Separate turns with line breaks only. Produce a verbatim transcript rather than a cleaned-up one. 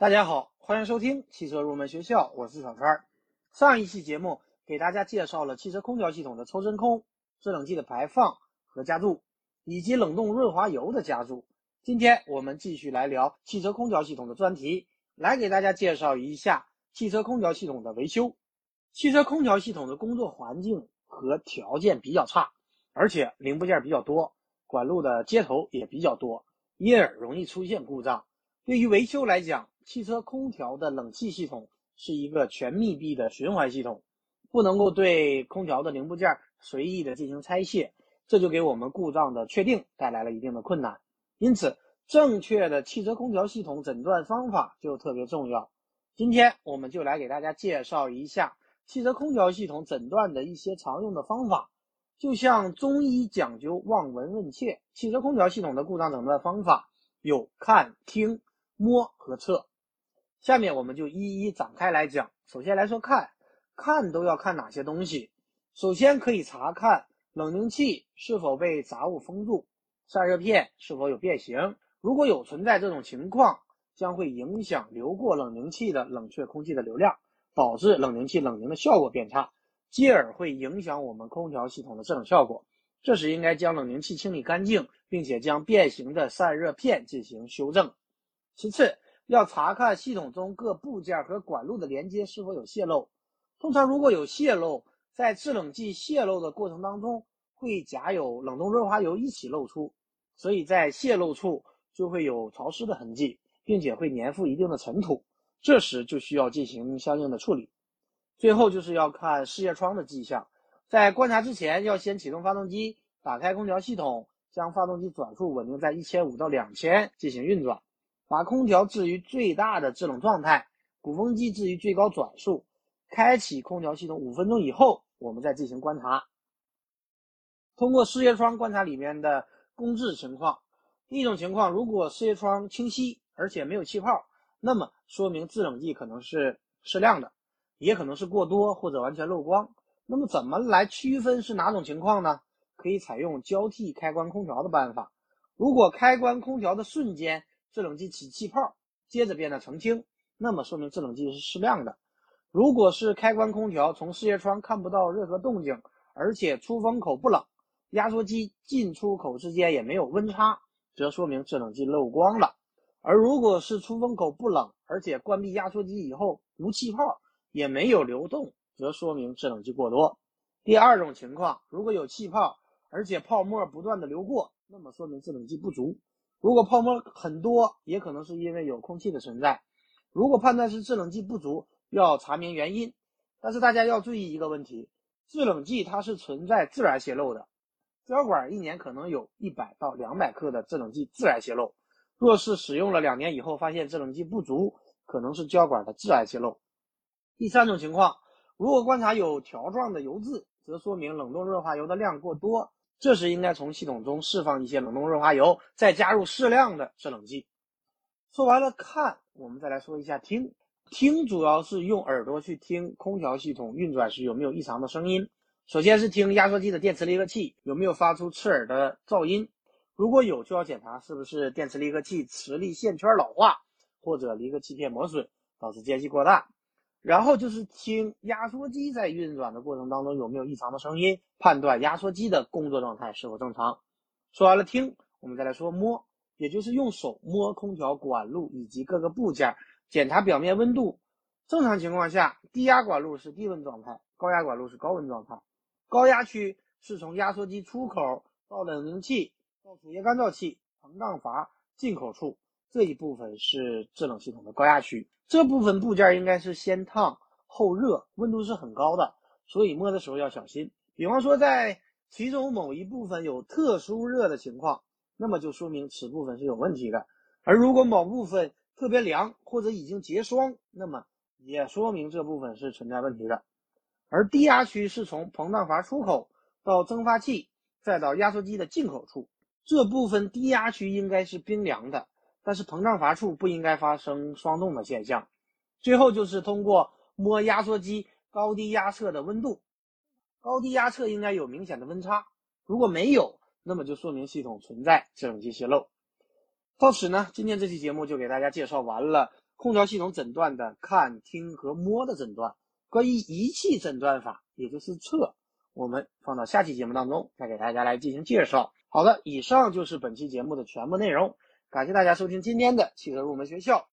大家好，欢迎收听汽车入门学校，我是小川。上一期节目给大家介绍了汽车空调系统的抽真空、制冷剂的排放和加注，以及冷冻润滑油的加注。今天我们继续来聊汽车空调系统的专题，来给大家介绍一下汽车空调系统的维修。汽车空调系统的工作环境和条件比较差，而且零部件比较多，管路的接头也比较多，因而容易出现故障。对于维修来讲，汽车空调的冷气系统是一个全密闭的循环系统，不能够对空调的零部件随意的进行拆卸，这就给我们故障的确定带来了一定的困难。因此，正确的汽车空调系统诊断方法就特别重要。今天我们就来给大家介绍一下汽车空调系统诊断的一些常用的方法。就像中医讲究望闻问切，汽车空调系统的故障诊断方法有看、听、摸和测。下面我们就一一展开来讲。首先来说看，看都要看哪些东西？首先可以查看冷凝器是否被杂物封住，散热片是否有变形，如果有存在这种情况，将会影响流过冷凝器的冷却空气的流量，导致冷凝器冷凝的效果变差，继而会影响我们空调系统的制冷效果。这时应该将冷凝器清理干净，并且将变形的散热片进行修正。其次，要查看系统中各部件和管路的连接是否有泄漏。通常如果有泄漏，在制冷剂泄漏的过程当中，会夹有冷冻润滑油一起漏出，所以在泄漏处就会有潮湿的痕迹，并且会粘附一定的尘土，这时就需要进行相应的处理。最后就是要看试液窗的迹象，在观察之前要先启动发动机，打开空调系统，将发动机转速稳定在一千五到两千进行运转，把空调置于最大的制冷状态，鼓风机置于最高转速，开启空调系统五分钟以后，我们再进行观察。通过试液窗观察里面的工质情况。第一种情况，如果试液窗清晰而且没有气泡，那么说明制冷剂可能是适量的，也可能是过多或者完全漏光。那么怎么来区分是哪种情况呢？可以采用交替开关空调的办法。如果开关空调的瞬间制冷剂起气泡，接着变得澄清，那么说明制冷剂是适量的。如果是开关空调从试液窗看不到任何动静，而且出风口不冷，压缩机进出口之间也没有温差，则说明制冷剂漏光了。而如果是出风口不冷，而且关闭压缩机以后无气泡，也没有流动，则说明制冷剂过多。第二种情况，如果有气泡，而且泡沫不断的流过，那么说明制冷剂不足。如果泡沫很多，也可能是因为有空气的存在。如果判断是制冷剂不足，要查明原因。但是大家要注意一个问题，制冷剂它是存在自然泄漏的，胶管一年可能有一百到两百克的制冷剂自然泄漏。若是使用了两年以后发现制冷剂不足，可能是胶管的自然泄漏。第三种情况，如果观察有条状的油渍，则说明冷冻润滑油的量过多，这时应该从系统中释放一些冷冻润滑油，再加入适量的制冷剂。说完了看，我们再来说一下听。听主要是用耳朵去听空调系统运转时有没有异常的声音。首先是听压缩机的电磁离合器有没有发出刺耳的噪音，如果有，就要检查是不是电磁离合器磁力线圈老化，或者离合器片磨损导致间隙过大。然后就是听压缩机在运转的过程当中有没有异常的声音，判断压缩机的工作状态是否正常。说完了听，我们再来说摸，也就是用手摸空调管路以及各个部件，检查表面温度。正常情况下，低压管路是低温状态，高压管路是高温状态。高压区是从压缩机出口到冷凝器到储液干燥器、膨胀阀、进口处，这一部分是制冷系统的高压区。这部分部件应该是先烫后热，温度是很高的，所以摸的时候要小心。比方说在其中某一部分有特殊热的情况，那么就说明此部分是有问题的。而如果某部分特别凉或者已经结霜，那么也说明这部分是存在问题的。而低压区是从膨胀阀出口到蒸发器再到压缩机的进口处，这部分低压区应该是冰凉的，但是膨胀阀处不应该发生霜冻的现象。最后就是通过摸压缩机高低压侧的温度，高低压侧应该有明显的温差，如果没有，那么就说明系统存在制冷剂泄漏。到此呢，今天这期节目就给大家介绍完了空调系统诊断的看、听和摸的诊断。关于仪器诊断法，也就是测，我们放到下期节目当中再给大家来进行介绍。好的，以上就是本期节目的全部内容，感谢大家收听今天的汽车入门学校。